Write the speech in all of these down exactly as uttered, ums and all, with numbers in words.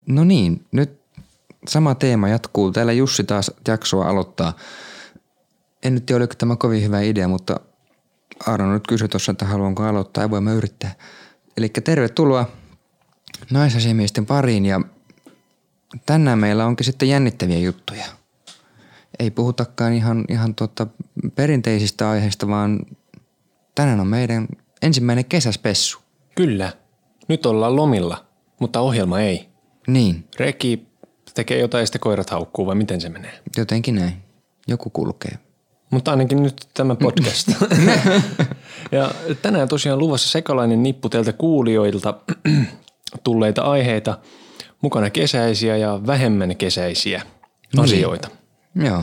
No niin, nyt sama teema jatkuu. Täällä Jussi taas jaksoa aloittaa. En nyt tiedä, oliko tämä kovin hyvä idea, mutta Arno nyt kysyi tuossa, että haluanko aloittaa ja voimme yrittää. Eli tervetuloa naisasiamiesten pariin ja tänään meillä onkin sitten jännittäviä juttuja. Ei puhutakaan ihan, ihan tuota perinteisistä aiheista, vaan tänään on meidän ensimmäinen kesäspessu. Kyllä. Nyt ollaan lomilla, mutta ohjelma ei. Niin. Reki tekee jotain ja sitten koirat haukkuu, vai miten se menee? Jotenkin näin. Joku kulkee. Mutta ainakin nyt tämä podcast. Ja tänään tosiaan luvassa sekalainen nippu teiltä kuulijoilta tulleita aiheita. Mukana kesäisiä ja vähemmän kesäisiä Niin. asioita. Joo.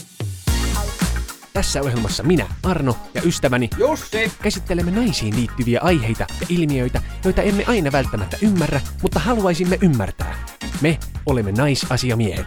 Tässä ohjelmassa minä, Arno ja ystäväni Jussi käsittelemme naisiin liittyviä aiheita ja ilmiöitä, joita emme aina välttämättä ymmärrä, mutta haluaisimme ymmärtää. Me olemme naisasiamiehet.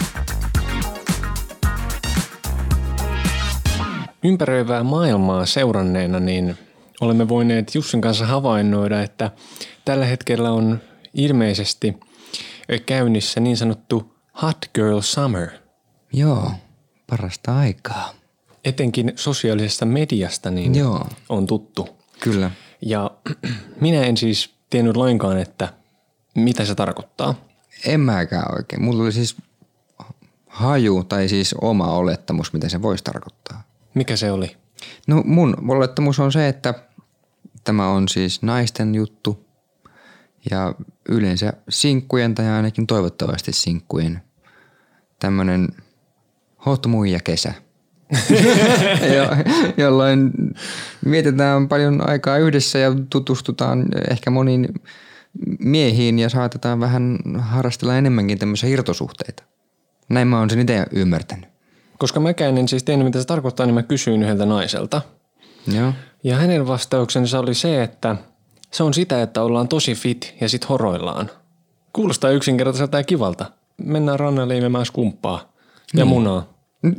Ympäröivää maailmaa seuranneena niin olemme voineet Jussin kanssa havainnoida, että tällä hetkellä on ilmeisesti käynnissä niin sanottu hot girl summer. Joo. Parasta aikaa. Etenkin sosiaalisesta mediasta niin Joo. on tuttu. Kyllä. Ja minä en siis tiennyt lainkaan, että mitä se tarkoittaa. En mäkään oikein. Mulla oli siis haju tai siis oma olettamus, mitä se voisi tarkoittaa. Mikä se oli? No mun olettamus on se, että tämä on siis naisten juttu ja yleensä sinkkujen tai ainakin toivottavasti sinkkujen tämmönen hot muija kesä. jo, jolloin vietetään paljon aikaa yhdessä ja tutustutaan ehkä moniin miehiin ja saatetaan vähän harrastella enemmänkin tämmöisiä irtosuhteita. Näin mä oon sen itse ymmärtänyt. Koska mäkään en siis tiennyt, mitä se tarkoittaa, niin mä kysyin yhdeltä naiselta. Joo. Ja hänen vastauksensa oli se, että se on sitä, että ollaan tosi fit ja sit horoillaan. Kuulostaa yksinkertaiselta ja kivalta. Mennään rannalle imemään skumppaa ja munaa.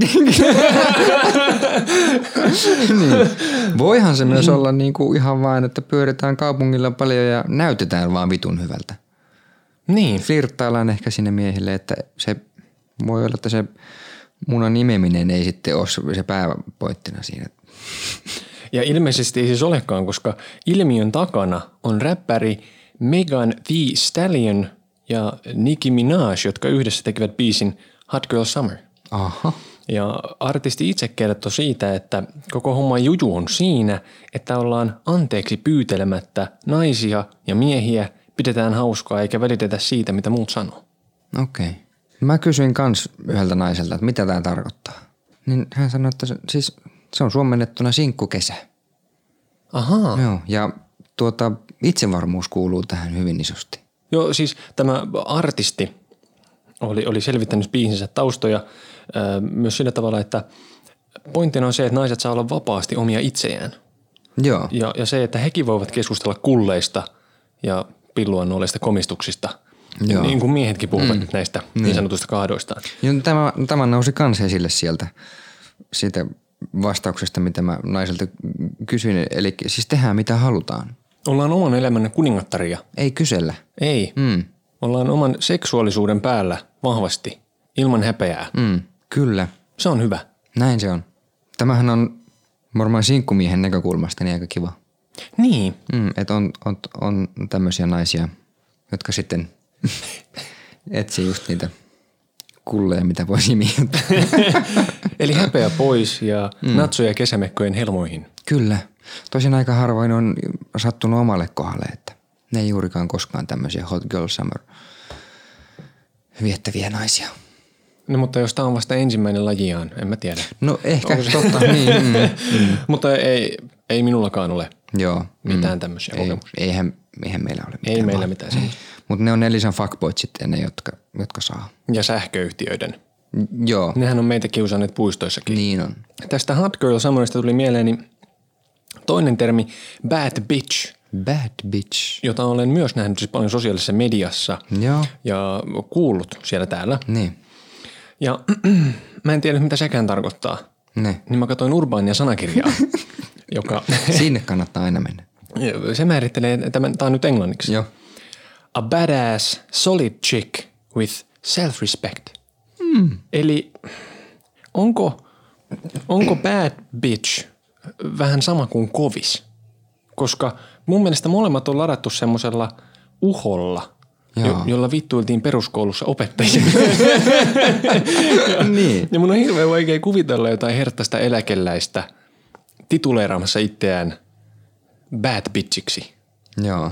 Niin. Voihan se myös olla niinku ihan vain, että pyöritään kaupungilla paljon ja näytetään vaan vitun hyvältä. Niin. Flirttaillaan ehkä sinne miehille, että se voi olla, että se munan imeminen ei sitten ole se pääpointtina siinä. Ja ilmeisesti ei siis olekaan, koska ilmiön takana on räppäri Megan Thee Stallion ja Nicki Minaj, jotka yhdessä tekivät biisin Hot Girl Summer. Aha. Ja artisti itse kertoi siitä, että koko homma juju on siinä, että ollaan anteeksi pyytelemättä naisia ja miehiä, pidetään hauskaa eikä välitetä siitä, mitä muut sanoo. Okei. Okay. Mä kysyin kans yhdeltä naiselta, että mitä tää tarkoittaa. Niin hän sanoi, että se, siis se on suomennettuna sinkkukesä. Ahaa. Joo, ja tuota, itsevarmuus kuuluu tähän hyvin isosti. Joo, siis tämä artisti oli, oli selvittänyt biisinsä taustoja äh, myös sillä tavalla, että pointtina on se, että naiset saa olla vapaasti omia itseään. Joo. Ja, ja se, että hekin voivat keskustella kulleista ja pilluannoolleista komistuksista. Joo. Niin kuin miehetkin puhuvat Mm. nyt näistä Niin. niin sanotuista kahdoistaan. Joo, tämä, tämä nousi kans esille sieltä siitä vastauksesta, mitä mä naiselta kysyin. Eli siis tehdään mitä halutaan. Ollaan oman elämän kuningattaria. Ei kysellä. Ei. Mm. Ollaan oman seksuaalisuuden päällä vahvasti, ilman häpeää. Mm. Kyllä. Se on hyvä. Näin se on. Tämähän on varmaan sinkkumiehen näkökulmasta niin aika kiva. Niin. Mm, että on, on, on tämmöisiä naisia, jotka sitten etsii just niitä kulleja, mitä voisi imiä. Eli häpeä pois ja mm. natsoja kesämekkojen helmoihin. Kyllä. Tosin aika harvoin on sattunut omalle kohdalle, että ne ei juurikaan koskaan tämmöisiä hot girl summer viettäviä naisia. No mutta jos tämä on vasta ensimmäinen lajiaan, en mä tiedä. No ehkä, totta. niin, mm, mm. Mutta ei, ei minullakaan ole Joo. mitään mm. tämmöisiä ei, kokemuksia. eihän, eihän meillä ole mitään. Ei meillä mitään semmoista. Mutta ne on ne Elisan fuckboyt sitten ne, jotka, jotka saa. Ja sähköyhtiöiden. N- joo. Nehän on meitä kiusanneet puistoissakin. Niin on. Tästä hot girl summerista tuli mieleeni toinen termi bad bitch, Bad bitch. jota olen myös nähnyt siis paljon sosiaalisessa mediassa Joo. ja kuullut siellä täällä. Niin. Ja mä en tiedä, mitä sekään tarkoittaa. Ne. Niin mä katsoin Urbaania sanakirjaa, joka Sinne kannattaa aina mennä. se määrittelee, tämä, tämä on nyt englanniksi. Joo. a badass, solid chick with self-respect. Mm. Eli onko, onko bad bitch vähän sama kuin kovis? Koska mun mielestä molemmat on ladattu semmoisella uholla, jo, jolla vittuiltiin peruskoulussa opettajia. ja, niin. ja mun on hirveän vaikea kuvitella jotain herttaista eläkeläistä tituleeraamassa itseään bad bitchiksi. Joo.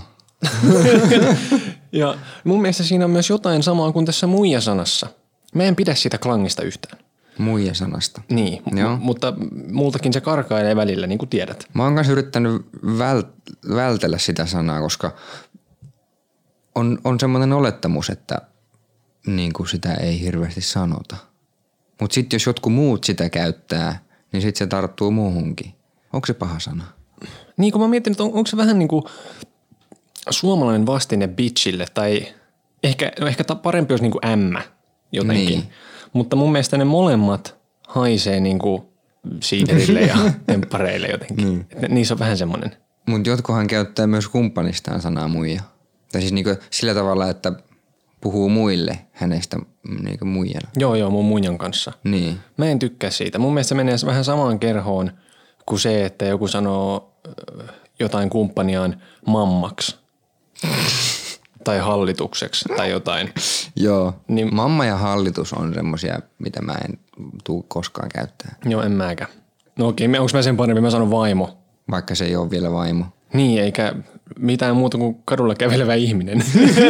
ja mun mielestä siinä on myös jotain samaa kuin tässä muija-sanassa. Mä en pidä sitä klangista yhtään. Muija-sanasta. Niin, m- mutta multakin se karkailee välillä, niin kuin tiedät. Mä oon kanssa yrittänyt vält- vältellä sitä sanaa, koska on, on semmoinen olettamus, että niin kuin sitä ei hirveästi sanota. Mutta sitten jos jotkut muut sitä käyttää, niin sitten se tarttuu muuhunkin. Onko se paha sana? Niin kuin mä mietin, että on, onko se vähän niin kuin suomalainen vastine bitchille tai ehkä, ehkä parempi olisi niin kuin ämmä jotenkin. Niin. Mutta mun mielestä ne molemmat haisee niin kuin siiderille ja temppareille jotenkin. Niin. Että niissä on vähän semmoinen. Mutta jotkohan käyttää myös kumppanistaan sanaa muija. Tai siis niinku sillä tavalla, että puhuu muille hänestä niinku muijana. Joo, joo, mun muijan kanssa. Niin. Mä en tykkää siitä. Mun mielestä se menee vähän samaan kerhoon kuin se, että joku sanoo jotain kumppaniaan mammaksi. tai hallitukseksi tai jotain. Joo. Niin, mamma ja hallitus on semmosia, mitä mä en tuu koskaan käyttää. Joo, en mäkään. No okei, onko mä sen parempi? Mä sanon vaimo. Vaikka se ei ole vielä vaimo. Niin, eikä mitään muuta kuin kadulla kävelevä ihminen.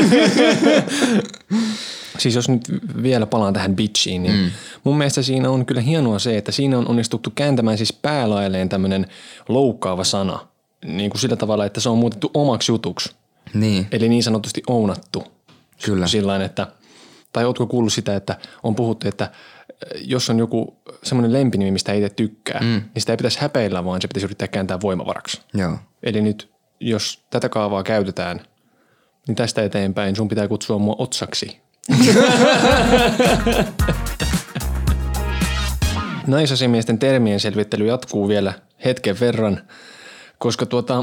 Siis jos nyt vielä palaan tähän bitchiin, niin mm. mun mielestä siinä on kyllä hienoa se, että siinä on onnistuttu kääntämään siis päälailleen tämmöinen loukkaava sana. Niin kuin sillä tavalla, että se on muutettu omaksi jutuksi. Niin. Eli niin sanotusti ounattu. Kyllä. Sillain, että, tai ootko kuullut sitä, että on puhuttu, että jos on joku semmoinen lempinimi, mistä ei itse tykkää, mm. niin sitä ei pitäisi häpeillä, vaan se pitäisi yrittää kääntää voimavaraksi. Joo. Eli nyt, jos tätä kaavaa käytetään, niin tästä eteenpäin sun pitää kutsua mua otsaksi. Naisasiamiesten termien selvittely jatkuu vielä hetken verran, koska tuota,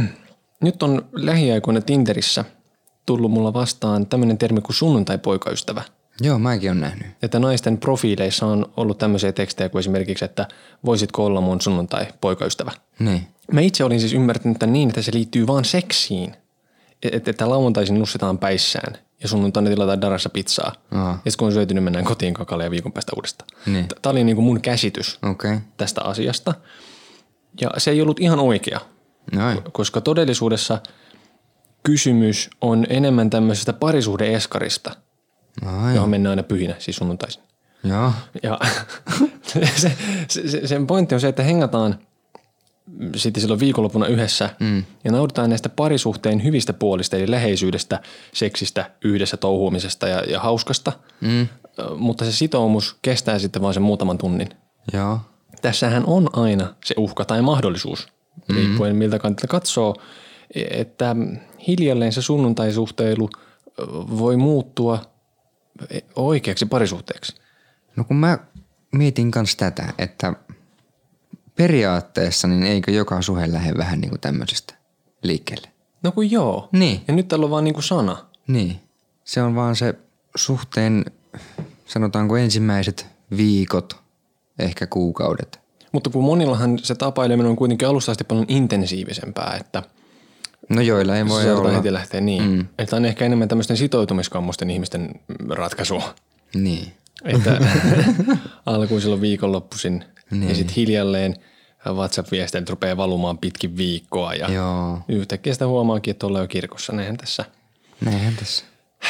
nyt on lähiaikoina Tinderissä tullut mulla vastaan tämmöinen termi kuin sunnuntai-poikaystävä. Joo, mäkin on nähnyt. Että naisten profiileissa on ollut tämmöisiä tekstejä kuin esimerkiksi, että voisitko olla mun sunnuntai-poikaystävä. Niin. Mä itse olin siis ymmärtänyt tämän niin, että se liittyy vaan seksiin. Että, että lauantaisin nussitaan päissään ja sunnuntaina tilataan darassa pizzaa. Aha. Ja sitten kun on syöty, niin mennään kotiin kakalle ja viikon päästä uudestaan. Niin. Tämä oli niin kuin mun käsitys okay. tästä asiasta. Ja se ei ollut ihan oikea, Noin. koska todellisuudessa kysymys on enemmän tämmöisestä parisuhde-eskarista, Ai. johon mennään aina pyhinä, siis sunnuntaisin. Joo. Ja se, se, sen pointti on se, että hengataan sitten silloin viikonloppuna yhdessä mm. ja nautitaan näistä parisuhteen hyvistä puolista, eli läheisyydestä, seksistä, yhdessä touhuamisesta ja, ja hauskasta, mm. mutta se sitoumus kestää sitten vaan sen muutaman tunnin. Joo. Tässähän on aina se uhka tai mahdollisuus, mm. riippuen miltä kantilta katsoo, että hiljalleen se sunnuntaisuhteilu voi muuttua oikeaksi parisuhteeksi. No kun mä mietin kanssa tätä, että periaatteessa niin eikö joka suhe lähde vähän niin kuin tämmöisestä liikkeelle? No kun joo. Niin. Ja nyt täällä on vaan niin kuin sana. Niin. Se on vaan se suhteen, sanotaanko ensimmäiset viikot, ehkä kuukaudet. Mutta kun monillahan se tapaileminen on kuitenkin alusta asti paljon intensiivisempää, että no joilla ei voi olla. heti lähteä niin. Mm. Että on ehkä enemmän tämmöisten sitoutumiskammoisten ihmisten ratkaisua. Niin. Että alkuun silloin viikonloppuisin niin. ja sitten hiljalleen WhatsApp-viesteet rupeaa valumaan pitkin viikkoa ja Joo. yhtäkkiä sitä huomaakin, että ollaan jo kirkossa. Näinhän tässä. Näinhän tässä.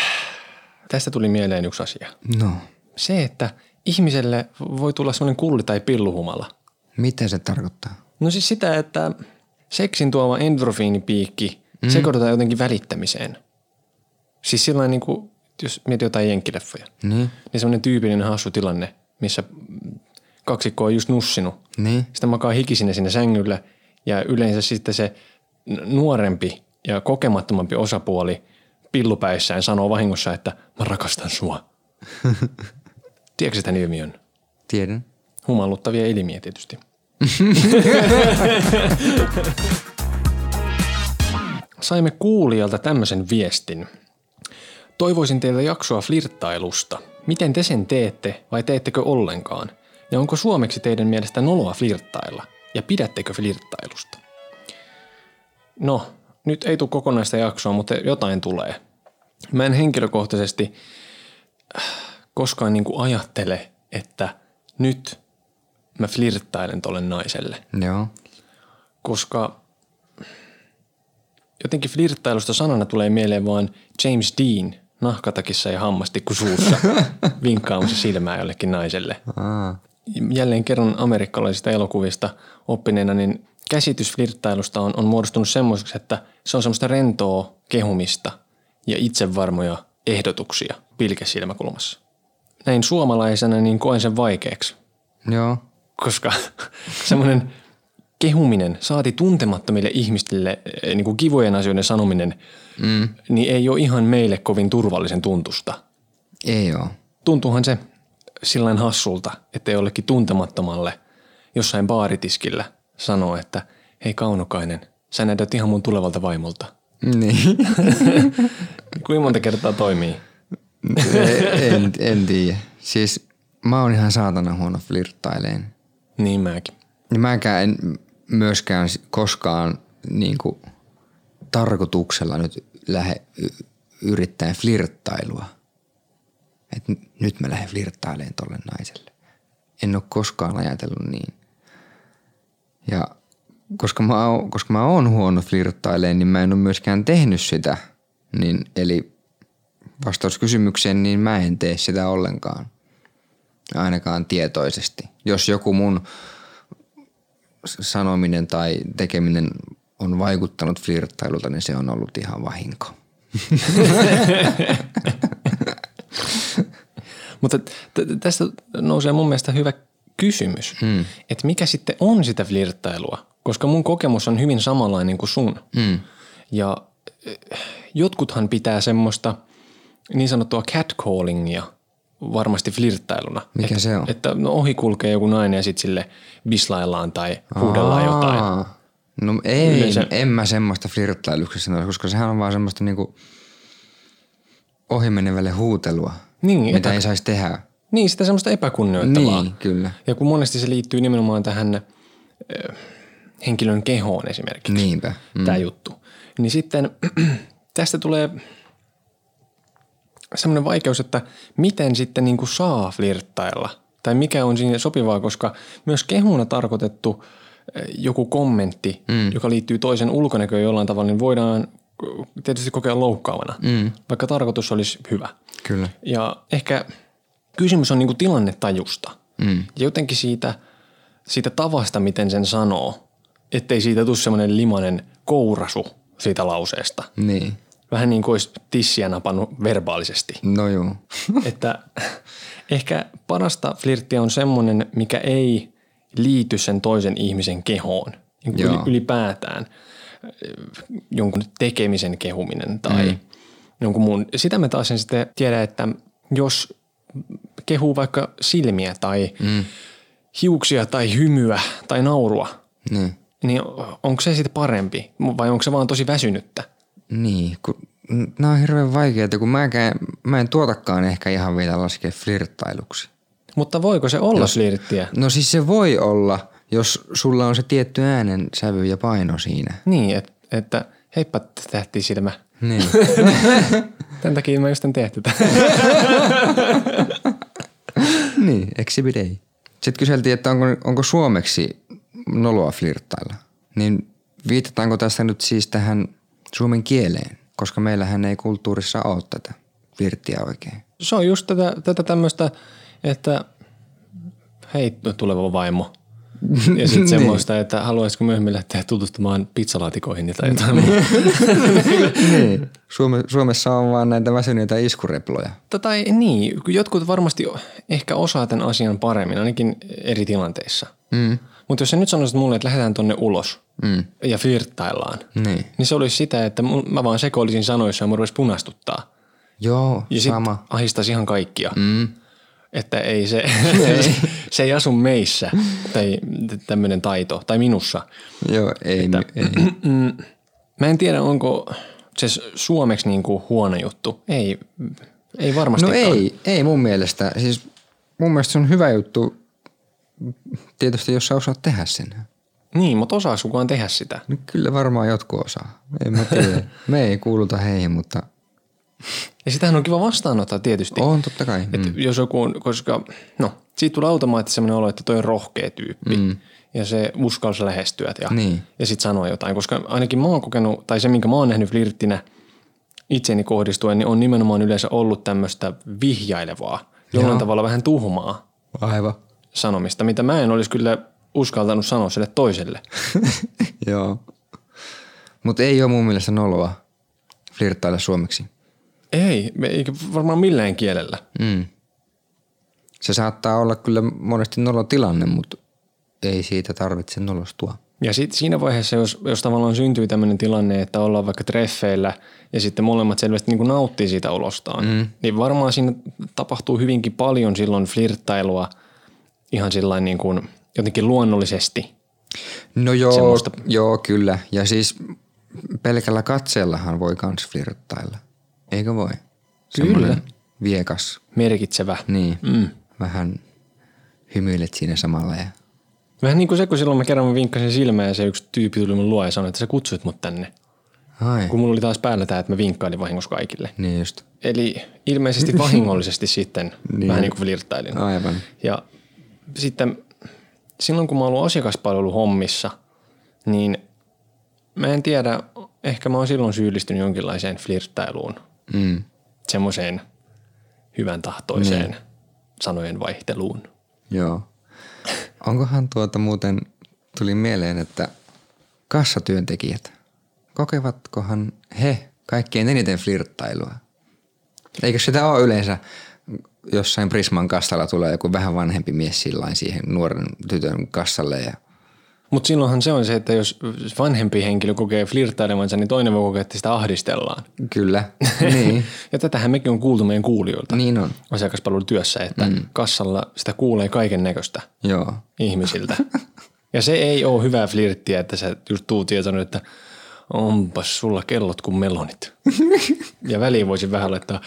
Tästä tuli mieleen yksi asia. No. Se, että ihmiselle voi tulla semmoinen kulli- tai pilluhumala. Mitä se tarkoittaa? No siis sitä, että seksin tuoma endorfiinipiikki mm. sekoitetaan jotenkin välittämiseen. Siis sillain niin kuin, jos mietit jotain jenkkileffoja, niin, niin semmoinen tyypillinen hassu tilanne, missä kaksikko on just nussinut. Niin. Sitten makaa hikisinä siinä sängyllä ja yleensä sitten se nuorempi ja kokemattomampi osapuoli pillupäissään sanoo vahingossa, että mä rakastan sua. Tiedätkö sitä ilmiön? Tiedän. Humalluttavia elimiä tietysti. Saimme kuulijalta tämmöisen viestin. Toivoisin teiltä jaksoa flirttailusta. Miten te sen teette vai teettekö ollenkaan? Ja onko suomeksi teidän mielestä noloa flirttailla? Ja pidättekö flirttailusta? No, nyt ei tule kokonaista jaksoa, mutta jotain tulee. Mä en henkilökohtaisesti koskaan niin kuin ajattele, että nyt mä flirttailen tolle naiselle. Joo. Koska jotenkin flirttailusta sanana tulee mieleen vaan James Dean nahkatakissa ja hammastikku suussa vinkkaamassa silmää jollekin naiselle. Aa. Jälleen kerran amerikkalaisista elokuvista oppineena, niin käsitys flirttailusta on, on muodostunut semmoiseksi, että se on semmoista rentoa kehumista ja itsevarmoja ehdotuksia pilkesilmäkulmassa. Näin suomalaisena niin koen sen vaikeaksi. Joo. Koska semmoinen kehuminen, saati tuntemattomille ihmisille niin kuin kivojen asioiden sanominen, mm. niin ei ole ihan meille kovin turvallisen tuntusta. Ei oo. Tuntuuhan se sillain hassulta, että jollekin tuntemattomalle jossain baaritiskillä sanoo, että hei Kaunokainen, sä näytät ihan mun tulevalta vaimolta. Niin. Kuinka monta kertaa toimii? en, en tiedä. Siis mä oon ihan saatana huono flirttaileen. Niin mäkin. Ja mäkään en myöskään koskaan niin kuin tarkoituksella nyt lähde y- yrittäen flirttailua. Että nyt mä lähden flirttailemaan tolle naiselle. En ole koskaan ajatellut niin. Ja koska mä, oon, koska mä oon huono flirttailemaan, niin mä en ole myöskään tehnyt sitä. Niin, eli vastaus kysymykseen, niin mä en tee sitä ollenkaan. Ainakaan tietoisesti. Jos joku mun sanominen tai tekeminen on vaikuttanut flirttailulta, niin se on ollut ihan vahinko. Mutta t- tästä nousee mun mielestä hyvä kysymys, hmm. että mikä sitten on sitä flirttailua, koska mun kokemus on hyvin samanlainen kuin sun. Hmm. Ja jotkuthan pitää semmoista niin sanottua catcallingia varmasti flirttailuna. Mikä Et, se on? Että no, ohi kulkee joku nainen ja sitten sille bislaillaan tai huudellaan Aa, jotain. No ei, Yleensä. en mä semmoista flirttailuksi sanoa, koska sehän on vaan semmoista niinku ohimenevälle huutelua, Niin, mitä epä... ei saisi tehdä. niin, sitä semmoista epäkunnioittavaa. Niin, kyllä. Ja kun monesti se liittyy nimenomaan tähän äh, henkilön kehoon esimerkiksi. Niinpä. Mm. Tämä juttu. Niin sitten tästä tulee semmoinen vaikeus, että miten sitten niin kuin saa flirttailla tai mikä on siinä sopivaa, koska myös kehuna tarkoitettu joku kommentti, mm. joka liittyy toisen ulkonäköön jollain tavalla, niin voidaan tietysti kokea loukkaavana, mm. vaikka tarkoitus olisi hyvä. Kyllä. Ja ehkä kysymys on niin kuin tilannetajusta mm. ja jotenkin siitä, siitä tavasta, miten sen sanoo, ettei siitä tule semmoinen limainen kourasu siitä lauseesta. Niin. Vähän niin kuin olisi tissiä napannut verbaalisesti. No joo. Että ehkä parasta flirttiä on semmoinen, mikä ei liity sen toisen ihmisen kehoon. Niin ylipäätään jonkun tekemisen kehuminen tai mm. jonkun muun. Sitä mä taas en sitten tiedä, että jos kehuu vaikka silmiä tai mm. hiuksia tai hymyä tai naurua, mm. niin onko se sitten parempi vai onko se vaan tosi väsynyttä? Niin, kun nämä on hirveän vaikeita, kun mäkään, mä en tuotakaan ehkä ihan vielä laskea flirttailuksi. Mutta voiko se olla jos, flirttiä? No siis se voi olla, jos sulla on se tietty äänen sävy ja paino siinä. Niin, et, että heippa tähtisilmä. Niin. Tän takia mä just en tee tätä. Niin, exhibit A. Sitten kyseltiin, että onko, onko suomeksi noloa flirttailla. Niin viitataanko tässä nyt siis tähän suomen kieleen, koska meillähän ei kulttuurissa ole tätä flirttiä oikein. Se on just tätä, tätä tämmöistä, että hei tuleva vaimo. Ja sitten semmoista, että haluaisiko myöhemmin lähteä tutustumaan pizzalaatikoihin tai jotain. Niin. Suome, Suomessa on vaan näitä väsyneitä iskureploja. Tai niin, jotkut varmasti ehkä osaa tämän asian paremmin, ainakin eri tilanteissa. Mm. Mutta jos sä nyt sanoisit mulle, että lähdetään tonne ulos mm. ja flirttaillaan, niin. niin se olisi sitä, että mä vaan sekoilisin sanoissa ja mun ruvesi punastuttaa. Joo, ja sama. Ja sit ahistaisi ihan kaikkia. Mm. Että ei se, ei. se ei asu meissä tai tämmöinen taito, tai minussa. Joo, ei. Että, ei. Mä en tiedä, onko se suomeksi niin kuin huono juttu? Ei, ei varmastikaan. No ei, ei mun mielestä. Siis mun mielestä se on hyvä juttu tietysti, jos sä osaat tehdä sen. Niin, mutta osaako kukaan tehdä sitä? No kyllä varmaan jotkut osaa. En mä tiedä. Me ei kuuluta heihin, mutta... Ja sitähän on kiva vastaanottaa tietysti. On, totta kai. Et mm. jos joku on, koska no, siitä tulee automaattisesti sellainen olo, että toi on rohkea tyyppi. Mm. Ja se uskalsi lähestyä ja, niin. ja sitten sanoa jotain. Koska ainakin mä oon kokenut, tai se minkä mä oon nähnyt flirttinä itseeni kohdistuen, niin on nimenomaan yleensä ollut tämmöistä vihjailevaa, jollain Joo. tavalla vähän tuhmaa Aivan. sanomista, mitä mä en olisi kyllä uskaltanut sanoa sille toiselle. Joo. Mutta ei ole mun mielestä noloa flirttailla suomeksi. Ei, eikä varmaan millään kielellä. Mm. Se saattaa olla kyllä monesti nolotilanne, mutta ei siitä tarvitse nolostua. Ja sitten siinä vaiheessa, jos, jos tavallaan syntyy tämmöinen tilanne, että ollaan vaikka treffeillä ja sitten molemmat selvästi niin kuin nauttii siitä olostaan, mm. niin varmaan siinä tapahtuu hyvinkin paljon silloin flirttailua ihan sillain niin kuin jotenkin luonnollisesti. No joo, Semmosta... joo, kyllä. Ja siis pelkällä katseellahan voi kans flirttailla. Eikö voi? Kyllä. Semmoinen viekas. Merkitsevä. Niin. Mm. Vähän hymyilet siinä samalla. Ja... Vähän niin kuin se, kun silloin mä kerran mä vinkkasin silmään ja se yksi tyyppi tuli mun luo ja sanoi, että sä kutsuit mut tänne. Ai. Kun mulla oli taas päällä tää, että mä vinkkailin vahingossa kaikille. Niin just. Eli ilmeisesti vahingollisesti sitten niin. vähän niin kuin flirttailin. Aivan. Ja sitten silloin, kun mä oon ollut asiakaspalveluhommissa, niin mä en tiedä, ehkä mä oon silloin syyllistynyt jonkinlaiseen flirttailuun. Mm. Semmoiseen hyvän tahtoiseen niin. sanojen vaihteluun. Joo. Onkohan tuota muuten, tuli mieleen, että kassatyöntekijät, kokevatkohan he kaikkein eniten flirttailua? Eikö sitä ole yleensä, jossain Prisman kassalla tulee joku vähän vanhempi mies sillain siihen nuoren tytön kassalle ja... Mutta silloinhan se on se, että jos vanhempi henkilö kokee flirttailevansa, niin toinen voi kokea, että sitä ahdistellaan. Kyllä, niin. Ja tätähän mekin on kuultu meidän kuulijoilta. Niin on. Asiakaspalvelutyössä, että mm. kassalla sitä kuulee kaiken näköistä Joo. ihmisiltä. Ja se ei ole hyvää flirttiä, että sä just tuut ja sanot, että onpas sulla kellot kuin melonit. Ja väliin voisin vähän laittaa...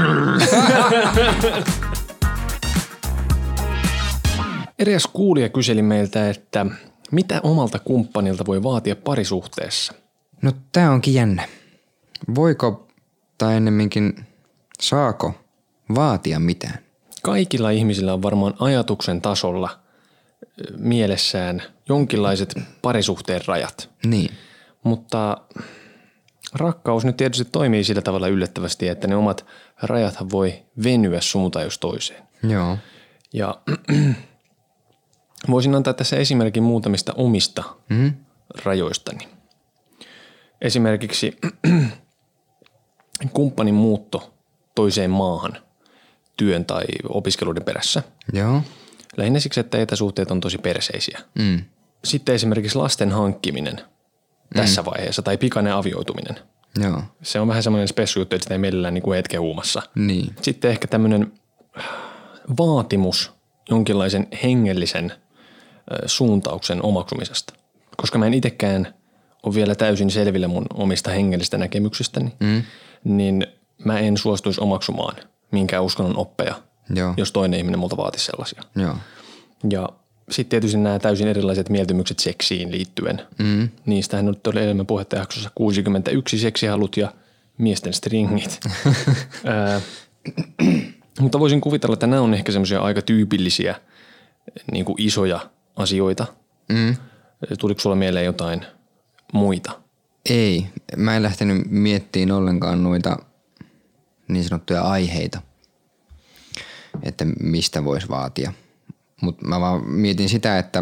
Eräs kuulija kyseli meiltä, että mitä omalta kumppanilta voi vaatia parisuhteessa? No tää onkin jännä. Voiko tai ennemminkin saako vaatia mitään? Kaikilla ihmisillä on varmaan ajatuksen tasolla mielessään jonkinlaiset parisuhteen rajat. Niin. Mutta rakkaus nyt tietysti toimii sillä tavalla yllättävästi, että ne omat rajathan voi venyä suuntaan jos toiseen. Joo. Ja voisin antaa tässä esimerkin muutamista omista mm-hmm. rajoistani. Esimerkiksi kumppanin muutto toiseen maahan työn tai opiskeluiden perässä. Joo. Lähinnä siksi, että etäsuhteet on tosi perseisiä. Mm. Sitten esimerkiksi lasten hankkiminen tässä mm. vaiheessa tai pikainen avioituminen. Joo. Se on vähän semmoinen spessu juttu, että sitä ei mielellään niin kuin hetken huumassa. Niin. Sitten ehkä tämmöinen vaatimus jonkinlaisen hengellisen suuntauksen omaksumisesta. Koska mä en itsekään ole vielä täysin selvillä mun omista hengellistä näkemyksistäni, mm. niin mä en suostuisi omaksumaan minkään uskonnon oppeja, Joo. jos toinen ihminen multa vaatisi sellaisia. Joo. Ja sitten tietysti nämä täysin erilaiset mieltymykset seksiin liittyen. Mm. Niistähän nyt oli elämän puhetta jaksossa kuusikymmentäyksi seksihalut ja miesten stringit. Ää, mutta voisin kuvitella, että nämä on ehkä semmoisia aika tyypillisiä niin kuin isoja asioita. Mm. Tuliko sulla mieleen jotain muita? Ei. Mä en lähtenyt miettimään ollenkaan noita niin sanottuja aiheita, että mistä voisi vaatia. Mutta mä vaan mietin sitä, että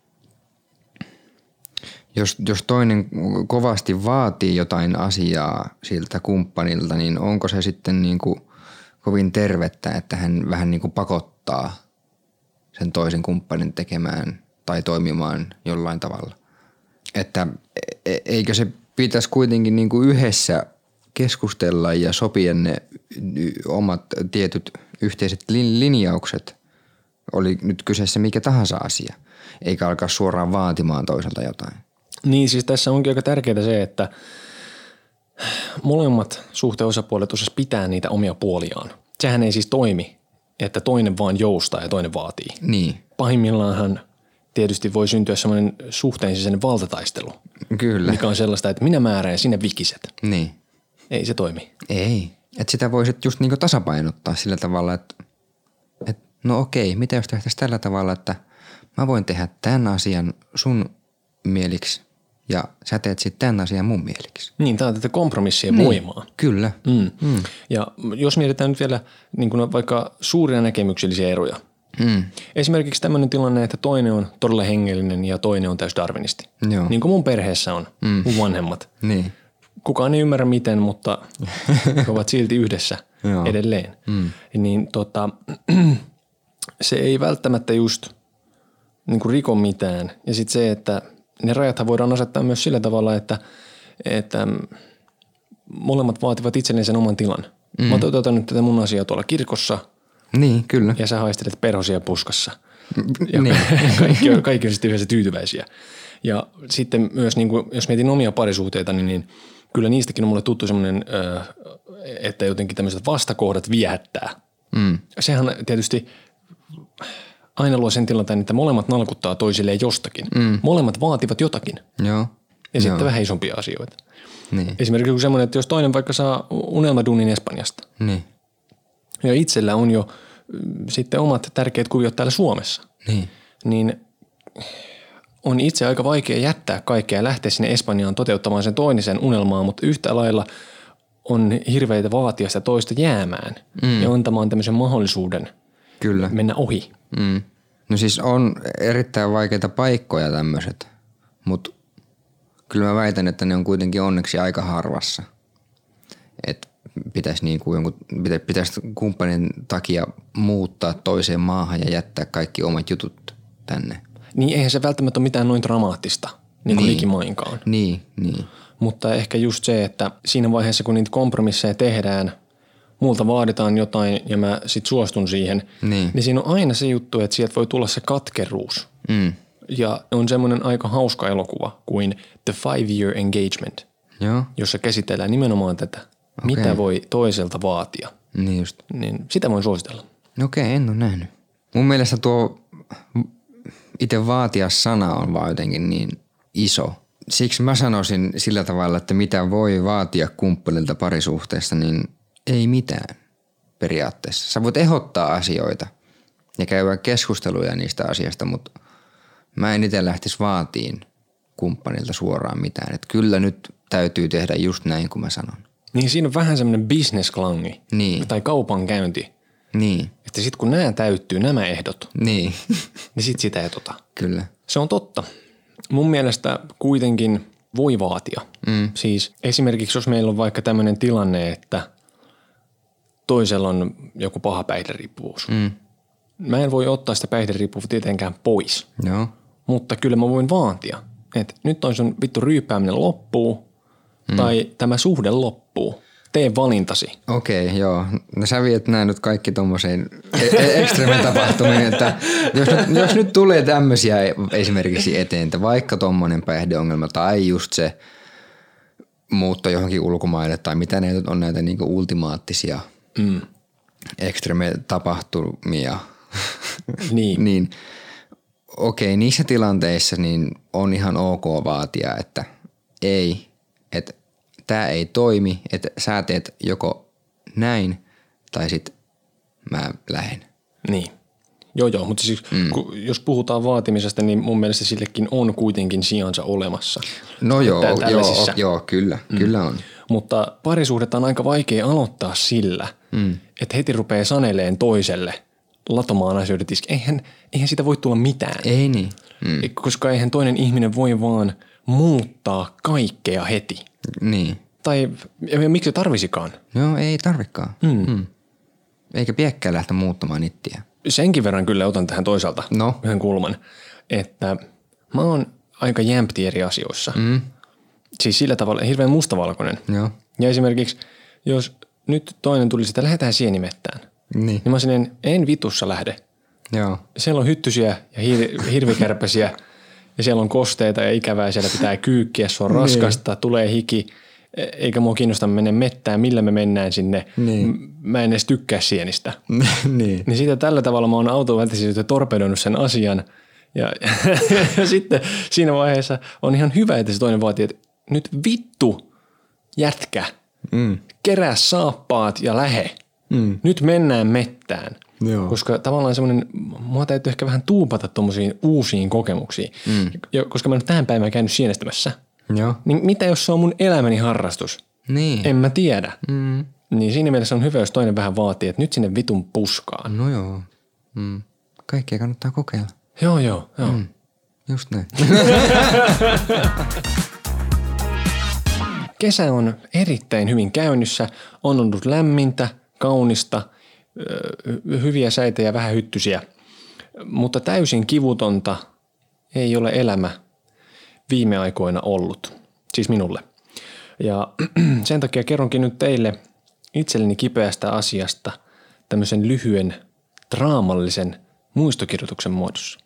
jos, jos toinen kovasti vaatii jotain asiaa siltä kumppanilta, niin onko se sitten niin kuin kovin tervettä, että hän vähän niin kuin pakottaa sen toisen kumppanin tekemään tai toimimaan jollain tavalla. Että eikö se pitäisi kuitenkin niin kuin yhdessä keskustella ja sopia ne omat tietyt yhteiset linjaukset, oli nyt kyseessä mikä tahansa asia, eikä alkaa suoraan vaatimaan toiselta jotain. Niin, siis tässä onkin aika tärkeää se, että molemmat suhteen osapuolet osas pitää niitä omia puoliaan. Sehän ei siis toimi, että toinen vaan joustaa ja toinen vaatii. Niin. Pahimmillaan tietysti voi syntyä semmoinen suhteen sisäinen valtataistelu. Kyllä. Mikä on sellaista, että minä määrään ja sinä vikiset. Niin. Ei se toimi. Ei. Että sitä voisit just niinku tasapainottaa sillä tavalla, että et, no okei, mitä jos tehtäisiin tällä tavalla, että mä voin tehdä tämän asian sun mieliksi ja sä teet sitten tämän asian mun mieliksi. Niin, tämä on tätä kompromissien niin, voimaa. Kyllä. Mm. Mm. Ja jos mietitään nyt vielä niin kuin vaikka suuria näkemyksellisiä eroja. Mm. Esimerkiksi tämmöinen tilanne, että toinen on todella hengellinen ja toinen on täys darwinisti. Joo. Niin kuin mun perheessä on, mm. mun vanhemmat. Niin. Kukaan ei ymmärrä miten, mutta he ovat silti yhdessä edelleen. Mm. Niin tota, se ei välttämättä just niin kuin riko mitään. Ja sitten se, että ne rajathan voidaan asettaa myös sillä tavalla, että, että molemmat vaativat itselleen sen oman tilan. Mm. Mä toteutan nyt tätä mun asiaa tuolla kirkossa. Niin, kyllä. Ja sä haistelet perhosia puskassa. Ja niin. kaikki, on, kaikki on sitten yhdessä tyytyväisiä. Ja sitten myös, niin kuin, jos mietin omia parisuhteita, niin, niin kyllä niistäkin on mulle tuttu semmoinen, että jotenkin tämmöiset vastakohdat viehättää. Mm. Sehän tietysti aina luo sen tilanteen, että molemmat nalkuttaa toisilleen jostakin. Mm. Molemmat vaativat jotakin. Joo. Ja sitten Joo. vähän isompia asioita. Niin. Esimerkiksi semmoinen, että jos toinen vaikka saa unelmaduunin Espanjasta. Niin. Ja itsellä on jo sitten omat tärkeät kuviot täällä Suomessa. Niin. Niin on itse aika vaikea jättää kaikkea ja lähteä sinne Espanjaan toteuttamaan sen toinen unelmaa, mutta yhtä lailla on hirveitä vaatia sitä toista jäämään mm. ja antamaan tämmöisen mahdollisuuden Kyllä. mennä ohi. Mm. No siis on erittäin vaikeita paikkoja tämmöiset, mutta kyllä mä väitän, että ne on kuitenkin onneksi aika harvassa. Että pitäisi niinku jonkun, pitäisi kumppanin takia muuttaa toiseen maahan ja jättää kaikki omat jutut tänne. Niin eihän se välttämättä ole mitään noin dramaattista, niin kuin niin. likimainkaan. Niin, niin. Mutta ehkä just se, että siinä vaiheessa kun niitä kompromisseja tehdään, multa vaaditaan jotain ja mä sit suostun siihen, niin, niin siinä on aina se juttu, että sieltä voi tulla se katkeruus. Mm. Ja on semmoinen aika hauska elokuva kuin The Five Year Engagement, Joo. jossa käsitellään nimenomaan tätä, okay. mitä voi toiselta vaatia. Niin just. Niin sitä voin suositella. Okei, okay, en ole nähnyt. Mun mielestä tuo itse vaatia-sana on vaan jotenkin niin iso. Siksi mä sanoisin sillä tavalla, että mitä voi vaatia kumppanilta parisuhteessa, niin ei mitään periaatteessa. Sä voit ehdottaa asioita ja käydä keskusteluja niistä asiasta, mutta mä en itse lähtisi vaatiin kumppanilta suoraan mitään. Että kyllä nyt täytyy tehdä just näin, kuin mä sanon. Niin siinä on vähän semmoinen business-klangi niin. tai kaupankäynti. Niin. Että sit kun nämä täyttyy, nämä ehdot, niin, niin sit sitä ei tota. Kyllä. Se on totta. Mun mielestä kuitenkin voi vaatia. Mm. Siis esimerkiksi jos meillä on vaikka tämmöinen tilanne, että toisella on joku paha päihderiippuvuus. Mm. Mä en voi ottaa sitä päihderiippuvuutta tietenkään pois. Joo. Mutta kyllä mä voin vaatia, että nyt on sun vittu ryyppääminen loppuu mm. tai tämä suhde loppuu. Tee valintasi. Okei, okay, joo. No sä viet nää nyt kaikki tommoseen ekstremen tapahtumiin, että jos nyt, jos nyt tulee tämmöisiä esimerkiksi eteen, että vaikka tommonen päihdeongelma tai just se muutto johonkin ulkomaille tai mitä ne on näitä niinku ultimaattisia mm. ekstreme tapahtumia, niin, niin okei, okay, niissä tilanteissa niin on ihan ok vaatia, että ei, että tää ei toimi, että sä teet joko näin tai sit mä lähden. Niin. Joo, joo, mutta siis mm. kun, jos puhutaan vaatimisesta, niin mun mielestä sillekin on kuitenkin sijansa olemassa. No joo, joo, joo, kyllä, mm. kyllä on. Mutta parisuhdetta on aika vaikea aloittaa sillä, mm. että heti rupeaa saneleen toiselle latomaan asioita. Eihän, eihän sitä voi tulla mitään. Ei niin. Mm. Koska eihän toinen ihminen voi vaan muuttaa kaikkea heti. Niin. Tai ja miksi se tarvisikaan? Joo, ei tarvikaan. Mm. Mm. Eikä piekkää lähteä muuttamaan ittiä. Senkin verran kyllä otan tähän toisaalta no. yhden kulman, että mä oon aika jämpti eri asioissa. Mm. Siis sillä tavalla hirveän mustavalkoinen. Joo. Ja esimerkiksi, jos nyt toinen tulisi, että lähdetään sienimettään, niin, niin mä sanoin, en vitussa lähde. Joo. Siellä on hyttysiä ja hir- hirvikärpäsiä ja siellä on kosteita ja ikävää, siellä pitää kyykkiä, se on raskasta, tulee hiki. eikä mua kiinnosta mennä mettään, millä me mennään sinne. Niin. Mä en edes tykkää sienistä. niin. Niin siitä tällä tavalla mä oon automaattisesti torpedoinut sen asian. Ja, ja sitten siinä vaiheessa on ihan hyvä, että se toinen vaatii, että nyt vittu jätkä, mm. kerää saappaat ja lähe. Mm. Nyt mennään mettään. Joo. Koska tavallaan semmoinen, mua täytyy ehkä vähän tuupata tommosiin uusiin kokemuksiin. Mm. Ja koska mä en ole tähän päivään käynyt sienestämässä. Joo. Niin mitä jos se on mun elämäni harrastus? Niin. En mä tiedä. Mm. Niin siinä mielessä on hyvä, jos toinen vähän vaatii, että nyt sinne vitun puskaan. No joo. Mm. Kaikkea kannattaa kokeilla. Joo, joo, joo. Mm. Just näin. Kesä on erittäin hyvin käynnissä. On ollut lämmintä, kaunista, hyviä säitä ja vähän hyttysiä. Mutta täysin kivutonta ei ole elämä viime aikoina ollut. Siis minulle. Ja sen takia kerronkin nyt teille itselleni kipeästä asiasta tämmöisen lyhyen, draamallisen muistokirjoituksen muodossa.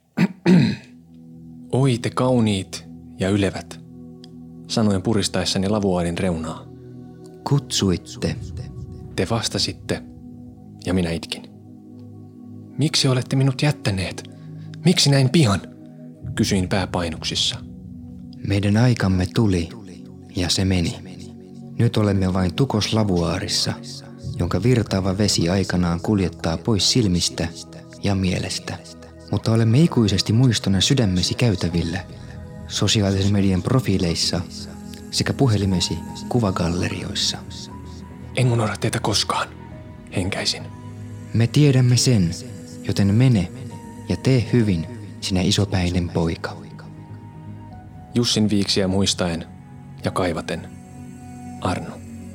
Oi te kauniit ja ylevät, sanoin puristaessani lavuaarin reunaa. Kutsuitte. Te vastasitte ja minä itkin. Miksi olette minut jättäneet? Miksi näin pian? Kysyin pääpainuksissa. Meidän aikamme tuli ja se meni. Nyt olemme vain tukoslavuaarissa, jonka virtaava vesi aikanaan kuljettaa pois silmistä ja mielestä. Mutta olemme ikuisesti muistona sydämesi käytävillä, sosiaalisen median profiileissa sekä puhelimesi kuvagallerioissa. En unohda teitä koskaan, henkäisin. Me tiedämme sen, joten mene ja tee hyvin, sinä isopäinen poika. Jussin viiksiä muistaen ja kaivaten. Arno.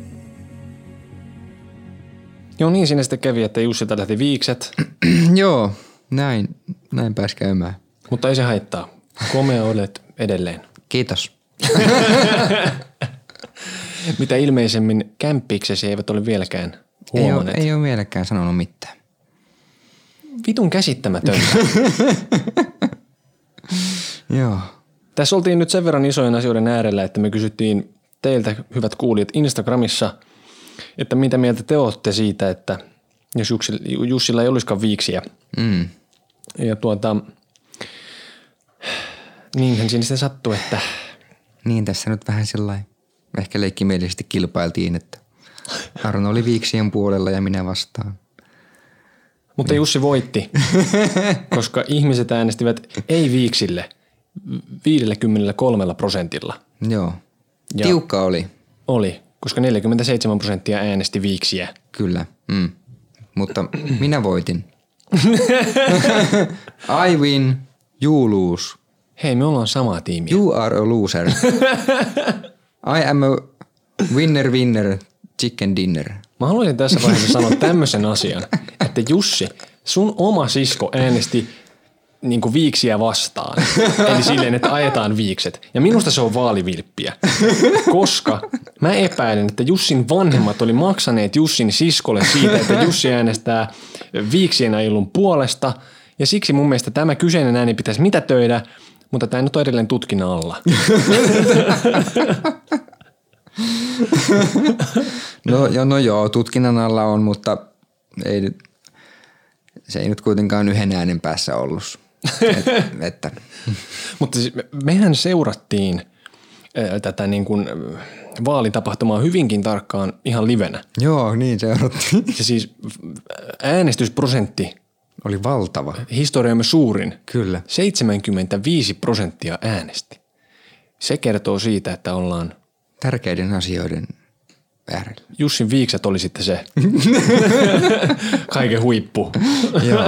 Joo, niin siinä sitten kävi, että Jussilta lähti viikset. Joo, näin, näin pääsi käymään. Mutta ei se haittaa. Komea olet edelleen. Kiitos. Mitä ilmeisemmin kämppiksesi eivät ole vieläkään huomanneet. Ei ole, ei ole vieläkään sanonut mitään. Vitun käsittämätöntä. Joo. Tässä oltiin nyt sen verran isojen asioiden äärellä, että me kysyttiin teiltä, hyvät kuulijat, Instagramissa, että mitä mieltä te olette siitä, että jos Jussilla ei olisikaan viiksiä. Mm. Ja tuota, niinhän siinä sitten sattui, että... Niin tässä nyt vähän sellainen, ehkä leikkimielisesti kilpailtiin, että Arno oli viiksien puolella ja minä vastaan. Mutta Jussi voitti, koska ihmiset äänestivät ei viiksille viisikymmentäkolme prosentilla. Joo, ja tiukka oli. Oli, koska neljäkymmentäseitsemän prosenttia äänesti viiksiä. Kyllä, mm. Mutta minä voitin. I win, you lose. Hei, me ollaan samaa tiimiä. You are a loser. I am a winner, winner, chicken dinner. Mä haluaisin tässä vaiheessa sanoa tämmöisen asian, että Jussi, sun oma sisko äänesti niinku viiksiä vastaan. Eli silleen, että ajetaan viikset. Ja minusta se on vaalivilppiä, koska mä epäilen, että Jussin vanhemmat oli maksaneet Jussin siskolle siitä, että Jussi äänestää viiksien ajelun puolesta. Ja siksi mun mielestä tämä kyseinen ääni pitäisi mitätöidä, mutta tämä nyt on edelleen tutkinnan alla. No, jo, no joo, tutkinnan alla on, mutta ei, se ei nyt kuitenkaan yhden äänen päässä ollut. Et, että. Mutta siis me, mehän seurattiin ää, tätä niin kuin vaalitapahtumaa hyvinkin tarkkaan ihan livenä. Joo, niin seurattiin. Ja siis äänestysprosentti oli valtava. Historiamme suurin. Kyllä. seitsemänkymmentäviisi prosenttia äänesti. Se kertoo siitä, että ollaan tärkeiden asioiden äärellä. Jussin viikset oli sitten se kaiken huippu. Joo.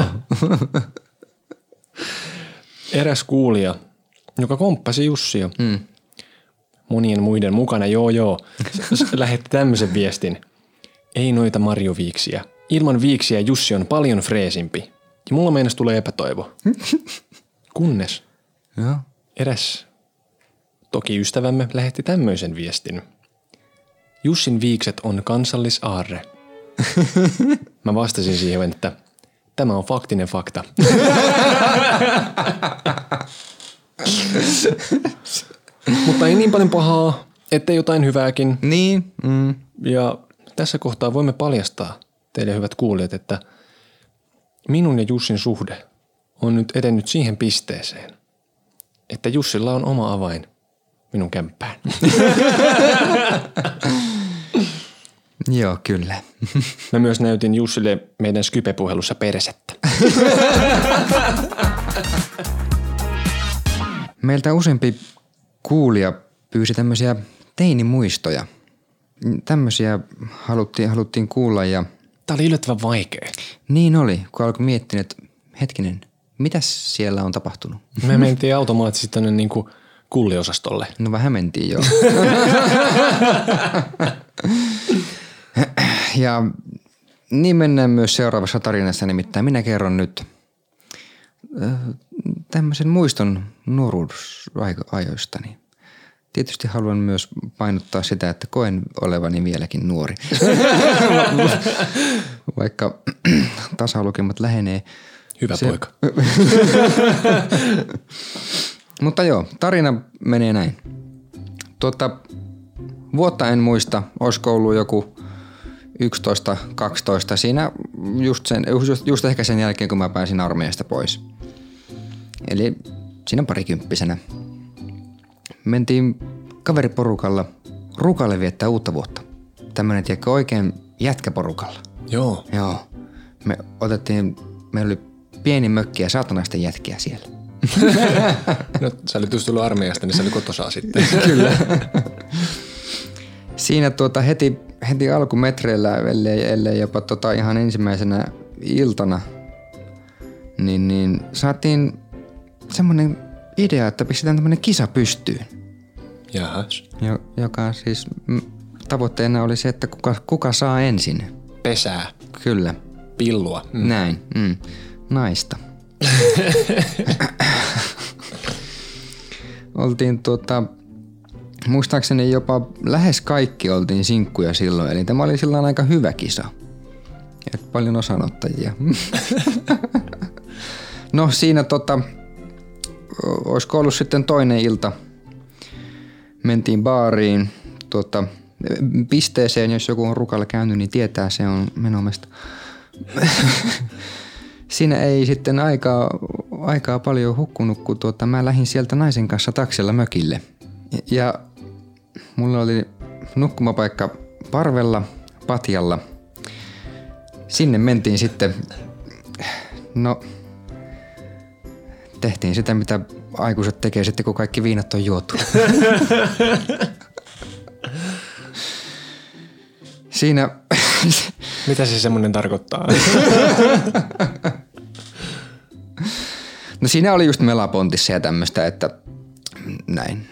Eräs kuulija, joka komppasi Jussia mm. monien muiden mukana, joo joo, lähetti tämmöisen viestin. Ei noita marjoviiksiä. Ilman viiksiä Jussi on paljon freesimpi. Ja mulla meinasi tulee epätoivo. Kunnes Joo. eräs toki ystävämme lähetti tämmöisen viestin. Jussin viikset on kansallisaarre. Mä vastasin siihen, että tämä on faktinen fakta. Mutta ei niin paljon pahaa. Ettei jotain hyvääkin. Niin. Mm. Ja tässä kohtaa voimme paljastaa teille hyvät kuulijat, että minun ja Jussin suhde on nyt edennyt siihen pisteeseen, että Jussilla on oma avain minun kämppään. Joo, kyllä. Mä myös näytin Jussille meidän Skype-puhelussa persettä. Meiltä useampi kuulija pyysi tämmöisiä teinimuistoja. Tämmöisiä haluttiin, haluttiin kuulla ja... Tää oli yllättävän vaikea. Niin oli, kun alkoi miettiä, että hetkinen, mitäs siellä on tapahtunut? Me mentiin automaattisesti tänne niinku kulliosastolle. No vähän mentiin joo. Ja niin mennään myös seuraavassa tarinassa, nimittäin minä kerron nyt tämmöisen muiston nuoruusajoistani. Tietysti haluan myös painottaa sitä, että koen olevani vieläkin nuori. Vaikka tasalukemat lähenee. Hyvä se... poika. Mutta joo, tarina menee näin. Tuota, vuotta en muista, olisiko ollut joku yksitoista kaksitoista. Siinä just, sen, just, just ehkä sen jälkeen, kun mä pääsin armeijasta pois. Eli siinä parikymppisenä. Mentiin kaveriporukalla Rukalle viettää uutta vuotta. Tämmönen, tiedätkö, oikein jätkäporukalla. Joo. Joo. Me otettiin, meillä oli pieni mökki ja saatanaisten jätkiä siellä. No sä olit just tullut armeijasta, niin sä oli kotosaa sitten. Kyllä. Siinä tuota heti, heti alkumetreillä, ellei, ellei jopa tota ihan ensimmäisenä iltana, niin, niin saatiin semmoinen idea, että pistetään tämmöinen kisa pystyyn. Jahas. Jo, joka siis m, tavoitteena oli se, että kuka, kuka saa ensin. Pesää. Kyllä. Pillua. Mm. Näin. Mm. Naista. Oltiin tuota, muistaakseni jopa lähes kaikki oltiin sinkkuja silloin, eli tämä oli silloin aika hyvä kisa. Et paljon osanottajia. No siinä tota, olisiko ollut sitten toinen ilta. Mentiin baariin, tuota, pisteeseen, jos joku on Rukalla käynyt, niin tietää, se on menomesta. Siinä ei sitten aikaa, aikaa paljon hukkunut, kun tuota, mä lähdin sieltä naisen kanssa taksilla mökille. Ja mulla oli nukkumapaikka parvella, patjalla. Sinne mentiin sitten, no tehtiin sitä, mitä aikuiset tekee sitten, kun kaikki viinat on juotu. Siinä... Mitä se semmoinen tarkoittaa? No siinä oli just melapontissa ja tämmöistä, että näin.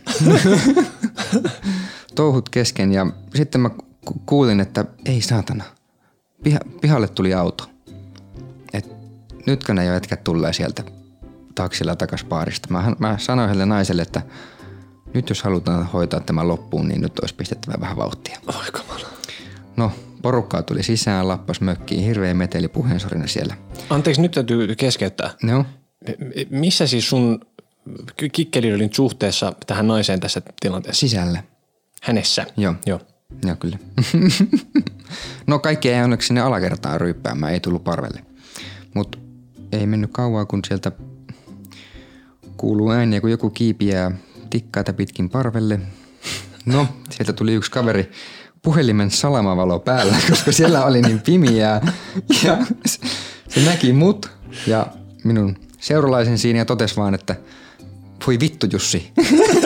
Touhut kesken ja sitten mä kuulin, että ei saatana, Piha- pihalle tuli auto. Et nytkö ne jo jätkät tulee sieltä taksilla takas baarista. Mä, mä sanoin sille naiselle, että nyt jos halutaan hoitaa tämä loppuun, niin nyt olisi pistettävä vähän vauhtia. Oi kamala. No, porukkaa tuli sisään, lappas mökkiin, hirveä meteli puheensorina siellä. Anteeksi, nyt täytyy keskeyttää. No? Missä siis sun kikkeli oli suhteessa tähän naiseen tässä tilanteessa? Sisällä. Hänessä? Joo. Joo. Joo, kyllä. No kaikki ei onneksi sinne alakertaan ryyppäämään, ei tullut parvelle. Mutta ei mennyt kauaa, kun sieltä kuuluu ääniä, kun joku kiipiää tikkaita pitkin parvelle. No, sieltä tuli yksi kaveri puhelimen salamavalo päällä, koska siellä oli niin pimiää. Ja se näki mut ja minun seuralaisen siinä ja totesi vaan, että voi vittu Jussi.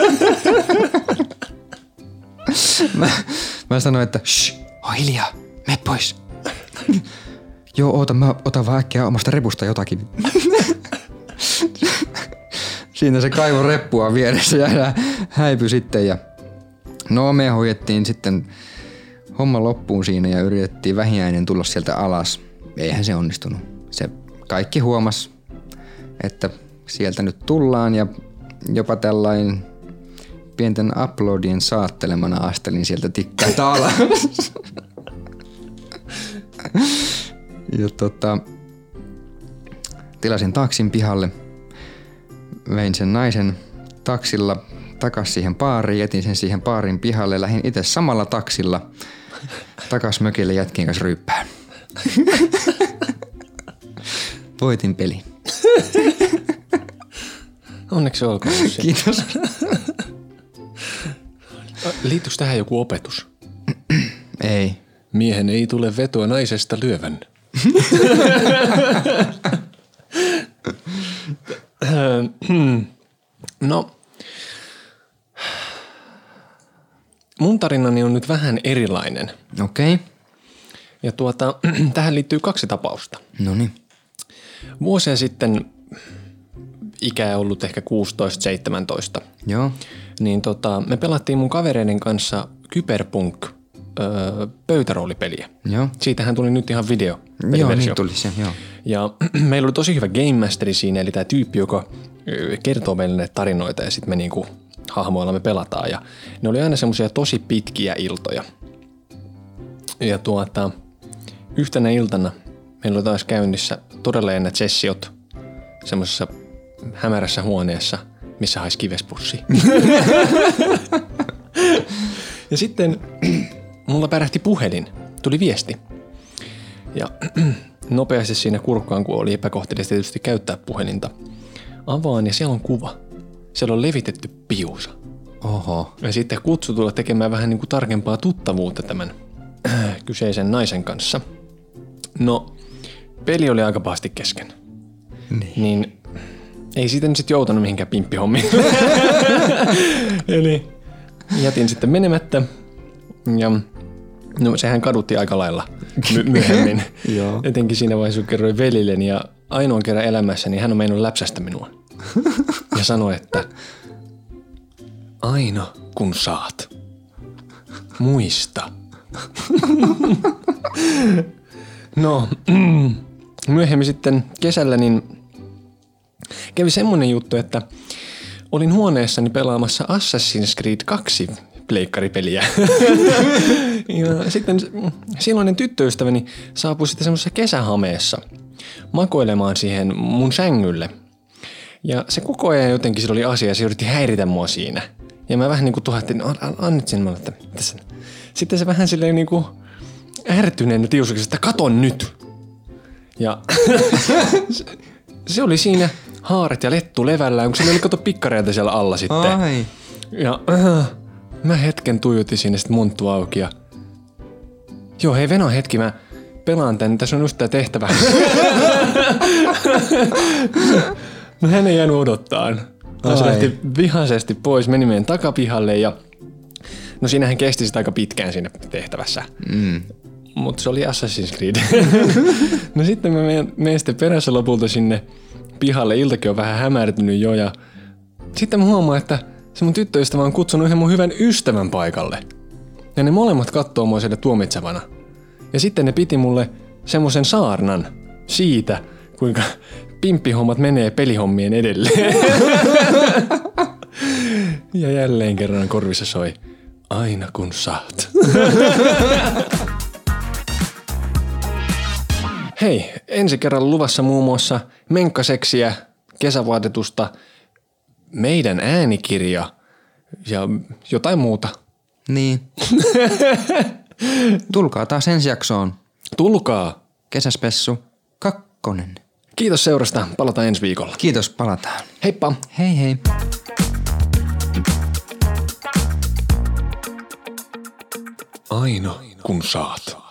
Mä, mä sanoin, että shh, oo hiljaa, mene pois. Joo, oota, mä otan vaan äkkiä omasta repusta jotakin. Siinä se kaivoi reppua vieressä ja häipyi sitten. Ja no me hoidettiin sitten homma loppuun siinä ja yritettiin vähiäinen tulla sieltä alas. Eihän se onnistunut. Se kaikki huomasi, että sieltä nyt tullaan ja jopa tällainen pienten uploadien saattelemana astelin sieltä tikkaita alas. Ja tota, tilasin taksin pihalle, vein sen naisen taksilla takas siihen baariin, jätin sen siihen baarin pihalle, lähdin itse samalla taksilla takas mökille jätkien kanssa ryyppään. Voitin peli. Onneksi olkoon. Kiitos. Liittyykö tähän joku opetus? Ei. Miehen ei tule vetoa naisesta lyövän. No, mun tarinani on nyt vähän erilainen. Okei. Okay. Ja tuota, tähän liittyy kaksi tapausta. Noniin. Vuosia sitten, ikää ollut ehkä kuusitoista seitsemäntoista. Joo. Niin tota, me pelattiin mun kavereiden kanssa Cyberpunk öö, pöytäroolipeliä. Joo. Siitähän tuli nyt ihan video. Joo, niin tuli se, joo. Ja meillä oli tosi hyvä game masteri siinä, eli tämä tyyppi, joka kertoo meille näitä tarinoita ja sitten me niinku hahmoilla me pelataan. Ja ne oli aina semmoisia tosi pitkiä iltoja. Ja tuota, yhtenä iltana meillä oli taas käynnissä todella jännät sessiot semmoisessa hämärässä huoneessa, missä haisi kivespussi. Ja sitten mulla pärähti puhelin, tuli viesti. Ja nopeasti siinä kurkkaan, kun oli epäkohteliasta tietysti käyttää puhelinta. Avaan ja siellä on kuva. Siellä on levitetty piusa. Oho. Ja sitten kutsu tulla tekemään vähän niin kuin tarkempaa tuttavuutta tämän äh, kyseisen naisen kanssa. No, peli oli aika pahasti kesken. Niin. Niin ei siitä nyt sitten joutanut mihinkään pimppihommiin. Eli jätin sitten menemättä. Ja no sehän kadutti aika lailla my- myöhemmin. Joo. Etenkin siinä vaiheessa, kun kerroin velilleni ja ainoan kerran elämässäni niin hän on meinannut läpsästä minua. Ja sanoi, että Aino kun saat, muista. No, myöhemmin sitten kesällä niin kävi semmoinen juttu, että olin huoneessani pelaamassa Assassin's Creed kaksi pleikkaripeliä. Ja sitten silloinen tyttöystäväni saapui sitten semmoisessa kesähameessa makoilemaan siihen mun sängylle. Ja se koko ajan jotenkin sillä oli asia ja se yritti häiritä mua siinä. Ja mä vähän niin kuin tuhattiin, annit sen mulle, että tässä. Sitten se vähän silleen niin kuin ärtyneenä tiusukin, että katon nyt. Ja se oli siinä haaret ja lettu levällään, kun sillä oli kato pikkareilta siellä alla sitten. Ai. Ja äh, mä hetken tuijotin sinne sitten monttu auki ja joo hei Veno hetki, mä pelaan tän, tässä on just tää tehtävä. No hän ei jäänyt odottaan. Se lähti vihaisesti pois, meni meidän takapihalle ja no siinähän kesti sitä aika pitkään siinä tehtävässä. Mm. Mutta se oli Assassin's Creed. No sitten mä menen, menen sitten perässä lopulta sinne pihalle. Iltakin on vähän hämärtynyt jo ja sitten mä huomaan, että se mun tyttöystävä on kutsunut yhden mun hyvän ystävän paikalle. Ja ne molemmat kattoo mua siellä tuomitsevana. Ja sitten ne piti mulle semmoisen saarnan siitä, kuinka pimppihommat menee pelihommien edelleen. Ja jälleen kerran korvissa soi, aina kun saat. Hei, ensi kerralla luvassa muun muassa menkkaseksiä, kesävaatetusta, meidän äänikirja ja jotain muuta. Niin. Tulkaa taas ensi jaksoon. Tulkaa. Kesäspessu kakkonen. Kiitos seurasta. Palataan ensi viikolla. Kiitos, palataan. Heippa. Hei hei. Aina kun saat.